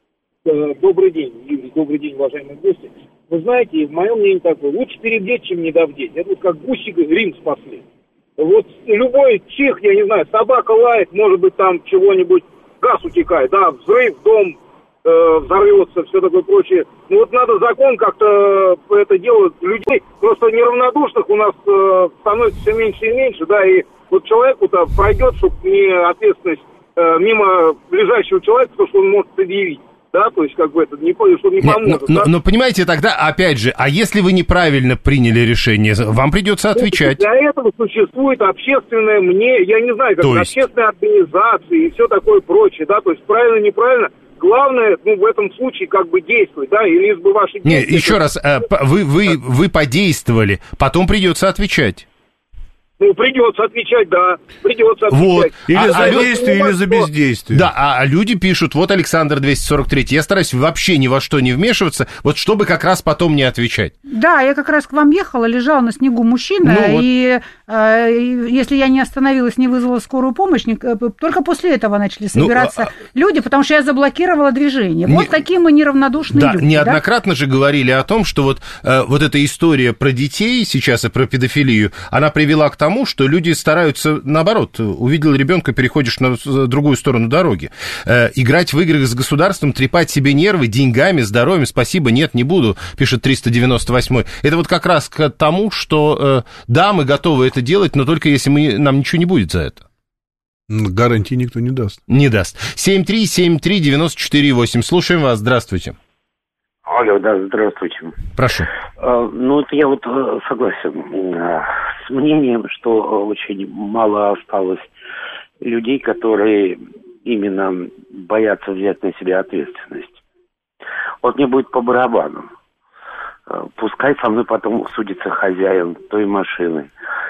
Добрый день, Юрий, добрый день, уважаемые гости. Вы знаете, мое мнение такое, лучше перебдеть, чем недовдеть. Это вот как гуси Рим спасли. Вот любой чих, я не знаю, собака лает, может быть, там чего-нибудь, газ утекает, да, взрыв, дом э, взорвется, все такое прочее. Ну вот надо закон как-то это делать. Людей просто неравнодушных у нас э, становится все меньше и меньше, да, и вот человеку-то пройдет, чтобы не ответственность э, мимо лежащего человека, то, что он может предъявить. Да, то есть, как бы это не, что не поможет. Но, да? но, но понимаете, тогда, опять же, а если вы неправильно приняли решение, вам придется отвечать. Для этого существует общественное мнение, я не знаю, как есть... общественные организации и все такое прочее, да, то есть правильно, неправильно. Главное, ну, в этом случае как бы действовать, да, или лишь бы ваши... Не, еще раз, вы, вы, вы подействовали, потом придется отвечать. Ну, придется отвечать, да, придется отвечать. Вот. Или а, за а действие, или за бездействие. Да, а, а люди пишут, вот Александр двести сорок три, я стараюсь вообще ни во что не вмешиваться, вот чтобы как раз потом не отвечать. Да, я как раз к вам ехала, лежал на снегу мужчина, ну, вот. и э, если я не остановилась, не вызвала скорую помощь, не, только после этого начали собираться ну, а... люди, потому что я заблокировала движение. Вот не... такие мы неравнодушные да, люди. Неоднократно да? же говорили о том, что вот, э, вот эта история про детей сейчас и про педофилию, она привела к тому, что люди стараются, наоборот, увидел ребенка, переходишь на другую сторону дороги. Э, играть в игры с государством, трепать себе нервы деньгами, здоровьем, спасибо, нет, не буду, пишет триста девяносто восемь. Это вот как раз к тому, что э, да, мы готовы это делать, но только если мы, нам ничего не будет за это. Гарантии никто не даст. Не даст. семь три семь три девять четыре восемь. Слушаем вас, здравствуйте. Алло, да, здравствуйте. Прошу. А, ну, это я вот согласен с мнением, что очень мало осталось людей, которые именно боятся взять на себя ответственность. Вот мне будет по барабану. Пускай со мной потом судится хозяин той машины.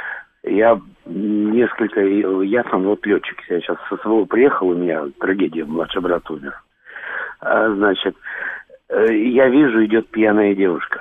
Я несколько... Я сам вот летчик. Я сейчас со своего приехал, у меня трагедия, младший брат умер. Значит, я вижу, идет пьяная девушка.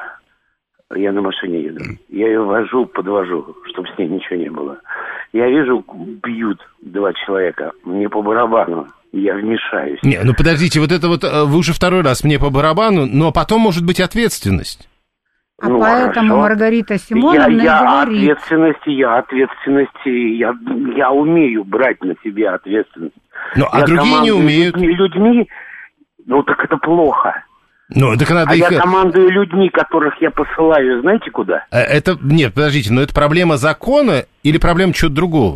Я на машине еду. Я ее вожу, подвожу, чтобы с ней ничего не было. Я вижу, бьют два человека. Мне по барабану. Я вмешаюсь. Не, ну подождите, вот это вот вы уже второй раз мне по барабану, но потом может быть ответственность. А ну, поэтому хорошо. Маргарита Симоновна я, я говорит... ответственности, я ответственности, я, я умею брать на себя ответственность. Ну, а я другие не умеют. Людьми, людьми, ну так это плохо. Ну, так надо а их... я командую людьми, которых я посылаю, знаете куда? Это, нет, подождите, но это проблема закона или проблема чего-то другого?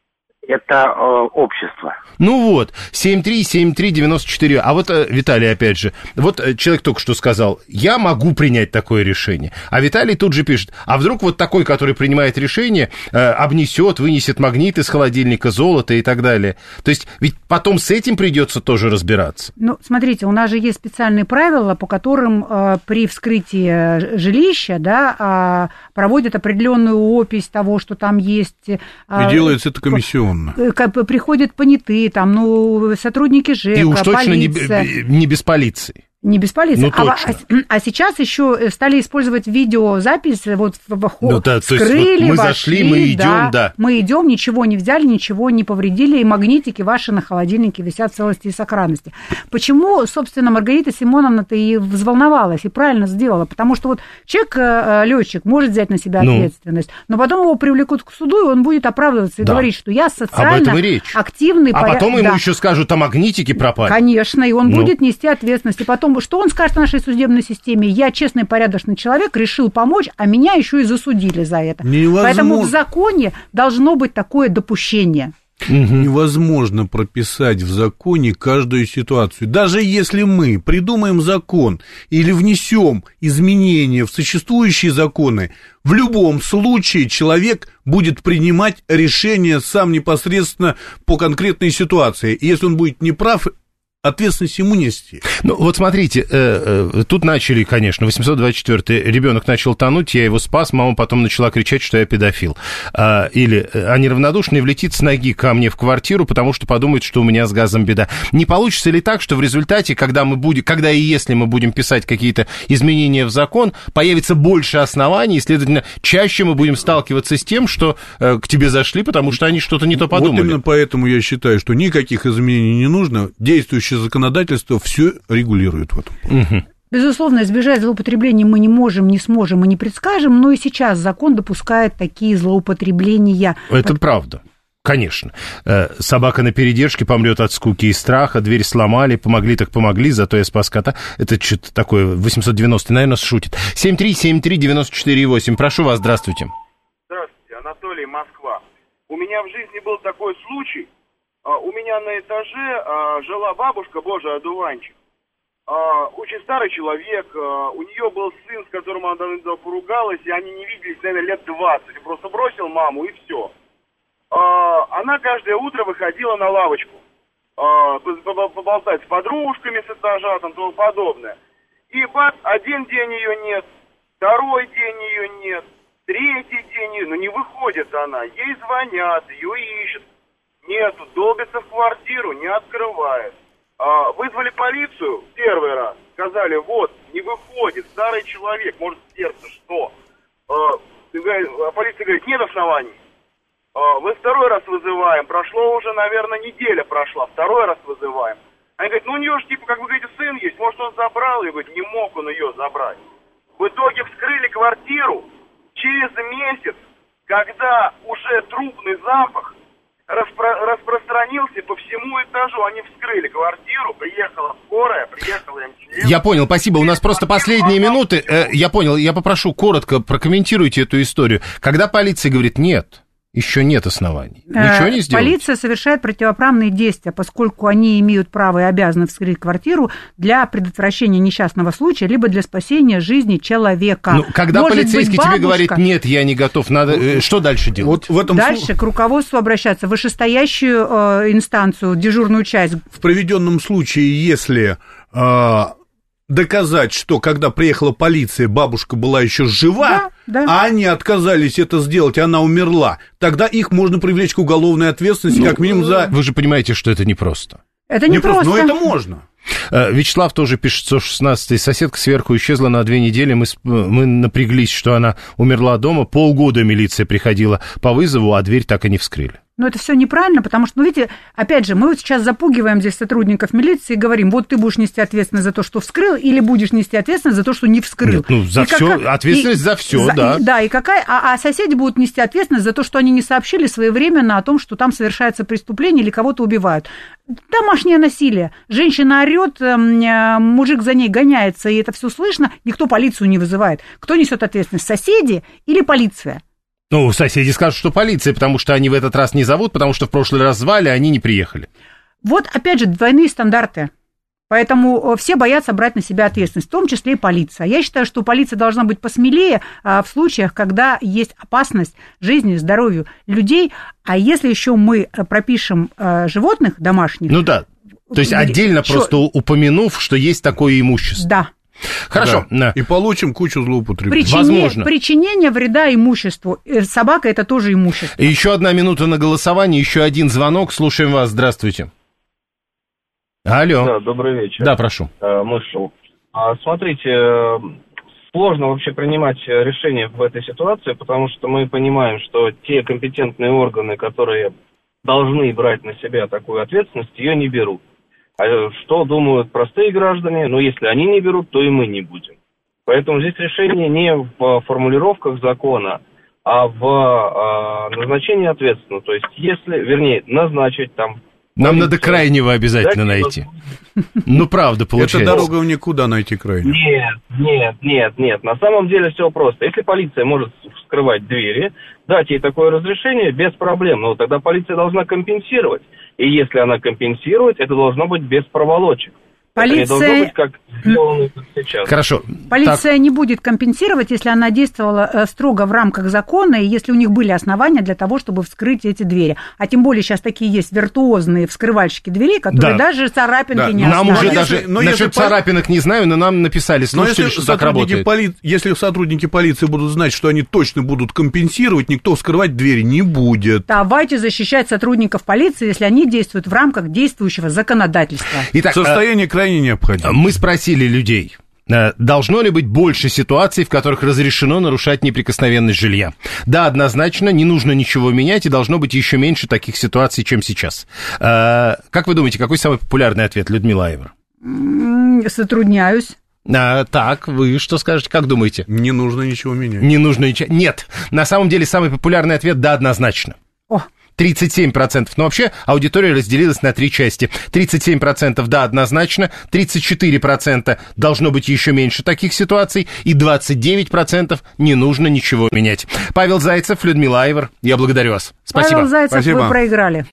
Это э, общество. Ну вот, семь три семь три девяносто четыре. А вот, Виталий, опять же, вот человек только что сказал, я могу принять такое решение. А Виталий тут же пишет, а вдруг вот такой, который принимает решение, э, обнесет, вынесет магнит из холодильника, золото и так далее. То есть ведь потом с этим придется тоже разбираться. Ну, смотрите, у нас же есть специальные правила, по которым э, при вскрытии жилища, да, э, проводят определенную опись того, что там есть. Э, и делается это комиссионно. Приходят понятые, там, ну, сотрудники ЖЭКа, и уж точно не, полиция. не без полиции. Не без полиции. Ну, а, а, а сейчас еще стали использовать видеозапись, вот в ход. Ну, да, вскрыли, вот мы вошли, зашли, мы идем, да, да. Мы идем, ничего не взяли, ничего не повредили, и магнитики ваши на холодильнике висят в целости и сохранности. Почему, собственно, Маргарита Симоновна-то и взволновалась, и правильно сделала? Потому что вот человек, летчик, может взять на себя ну. ответственность, но потом его привлекут к суду, и он будет оправдываться и да. говорить, что я социально активный. А поряд... потом ему да. еще скажут, а магнитики пропали. Конечно, и он ну. будет нести ответственность. И потом, что он скажет о нашей судебной системе? Я честный, порядочный человек, решил помочь, а меня еще и засудили за это. Невозможно. Поэтому в законе должно быть такое допущение. Угу. Невозможно прописать в законе каждую ситуацию. Даже если мы придумаем закон или внесем изменения в существующие законы, в любом случае человек будет принимать решение сам непосредственно по конкретной ситуации. И если он будет неправ, ответственность ему нести. Ну, вот смотрите, э, э, тут начали, конечно, восемьсот двадцать четвёртый ребенок начал тонуть, я его спас, мама потом начала кричать, что я педофил. А, или а неравнодушный влетит с ноги ко мне в квартиру, потому что подумает, что у меня с газом беда. Не получится ли так, что в результате, когда мы будем, когда и если мы будем писать какие-то изменения в закон, появится больше оснований, и, следовательно, чаще мы будем сталкиваться с тем, что э, к тебе зашли, потому что они что-то не то подумали. Вот именно поэтому я считаю, что никаких изменений не нужно. Действующее законодательство все регулирует в этом. Угу. Безусловно, избежать злоупотреблений мы не можем, не сможем и не предскажем, но и сейчас закон допускает такие злоупотребления. Это правда. Конечно. Собака на передержке помрет от скуки и страха, дверь сломали, помогли так помогли, зато я спас кота. Это что-то такое, восемьсот девяностый, наверное, шутит. семь три семь три девяносто четыре восемь. Прошу вас, здравствуйте. Здравствуйте, Анатолий, Москва. У меня в жизни был такой случай. У меня на этаже жила бабушка, божий одуванчик. Очень старый человек, у нее был сын, с которым она давно поругалась, и они не виделись, наверное, лет двадцать. Он просто бросил маму, и все. Она каждое утро выходила на лавочку, поболтать с подружками с этажа, там, тому подобное. И бац, один день ее нет, второй день ее нет, третий день ее, ну не выходит она, ей звонят, ее ищут. Нету, долбится в квартиру, не открывает. А, вызвали полицию первый раз, сказали, вот, не выходит, старый человек, может сердце, что? А, полиция говорит, нет оснований. А, мы второй раз вызываем, прошло уже, наверное, неделя прошла, второй раз вызываем. Они говорят, ну у нее же, типа, как вы говорите, сын есть, может он забрал? Я говорю, не мог он ее забрать. В итоге вскрыли квартиру через месяц, когда уже трупный запах Распро- распространился по всему этажу. Они вскрыли квартиру, приехала скорая, приехала эм че эс. Я понял, спасибо. У нас просто последние минуты. Я понял, я попрошу коротко прокомментируйте эту историю. Когда полиция говорит «нет», еще нет оснований. Ничего не сделать. Полиция совершает противоправные действия, поскольку они имеют право и обязаны вскрыть квартиру для предотвращения несчастного случая, либо для спасения жизни человека. Ну, когда Может полицейский быть, тебе говорит «нет, я не готов», надо, вот, что дальше делать? Вот в этом дальше слу... к руководству обращаться, в вышестоящую э, инстанцию, дежурную часть. В приведенном случае, если... Э... доказать, что когда приехала полиция, бабушка была еще жива, да, да. а они отказались это сделать, она умерла, тогда их можно привлечь к уголовной ответственности, ну, как минимум за... Вы же понимаете, что это непросто. Это непросто. Не но это можно. Вячеслав тоже пишет, сто шестнадцатый, соседка сверху исчезла на две недели, мы, мы напряглись, что она умерла дома, полгода милиция приходила по вызову, а дверь так и не вскрыли. Но это все неправильно, потому что, ну, видите, опять же, мы вот сейчас запугиваем здесь сотрудников милиции и говорим, вот ты будешь нести ответственность за то, что вскрыл, или будешь нести ответственность за то, что не вскрыл. Нет, ну, за все, как... ответственность и... за все, за... да. Да, и какая... А, а соседи будут нести ответственность за то, что они не сообщили своевременно о том, что там совершается преступление или кого-то убивают. Домашнее насилие. Женщина орет, мужик за ней гоняется, и это все слышно, никто полицию не вызывает. Кто несет ответственность, соседи или полиция? Ну, соседи скажут, что полиция, потому что они в этот раз не зовут, потому что в прошлый раз звали, а они не приехали. Вот, опять же, двойные стандарты. Поэтому все боятся брать на себя ответственность, в том числе и полиция. Я считаю, что полиция должна быть посмелее в случаях, когда есть опасность жизни и здоровью людей. А если еще мы пропишем животных домашних... Ну да, то есть отдельно что... просто упомянув, что есть такое имущество. Да. Хорошо. Да. И получим кучу злоупотреблений. Причине... Возможно. Причинение вреда имуществу. Собака – это тоже имущество. И еще одна минута на голосование, еще один звонок. Слушаем вас. Здравствуйте. Алло. Да, добрый вечер. Да, прошу. Мышел. Смотрите, сложно вообще принимать решения в этой ситуации, потому что мы понимаем, что те компетентные органы, которые должны брать на себя такую ответственность, ее не берут. А что думают простые граждане? Ну, если они не берут, то и мы не будем. Поэтому здесь решение не в формулировках закона, а в э, назначении ответственного. То есть, если, вернее, назначить там... Нам надо крайнего обязательно найти. Ну, правда, получается. Это дорога в никуда найти крайнего. Нет, нет, нет, нет. На самом деле все просто. Если полиция может вскрывать двери, дать ей такое разрешение без проблем. Но тогда полиция должна компенсировать. И если она компенсирует, это должно быть без проволочек. Полиция... Это не должно быть как сделано сейчас. Хорошо. Полиция так... не будет компенсировать, если она действовала строго в рамках закона, и если у них были основания для того, чтобы вскрыть эти двери. А тем более сейчас такие есть виртуозные вскрывальщики дверей, которые да. даже царапинки да. не нам оставят. Уже даже но насчет если... царапинок не знаю, но нам написали слушатели, что так работает. Поли... Если сотрудники полиции будут знать, что они точно будут компенсировать, никто вскрывать двери не будет. Давайте защищать сотрудников полиции, если они действуют в рамках действующего законодательства. Итак, состояние крайне необходимо. Мы спросили людей, должно ли быть больше ситуаций, в которых разрешено нарушать неприкосновенность жилья? Да, однозначно, не нужно ничего менять, и должно быть еще меньше таких ситуаций, чем сейчас. Как вы думаете, какой самый популярный ответ, Людмила Айвар? Затрудняюсь. А, так, вы что скажете, как думаете? Не нужно ничего менять. Не нужно ничего... Нет, на самом деле самый популярный ответ – да, однозначно. О. тридцать семь процентов. Но вообще аудитория разделилась на три части. тридцать семь процентов да, однозначно. тридцать четыре процента должно быть еще меньше таких ситуаций. И двадцать девять процентов не нужно ничего менять. Павел Зайцев, Людмила Айвар, я благодарю вас. Спасибо. Павел Зайцев, Спасибо. Вы проиграли.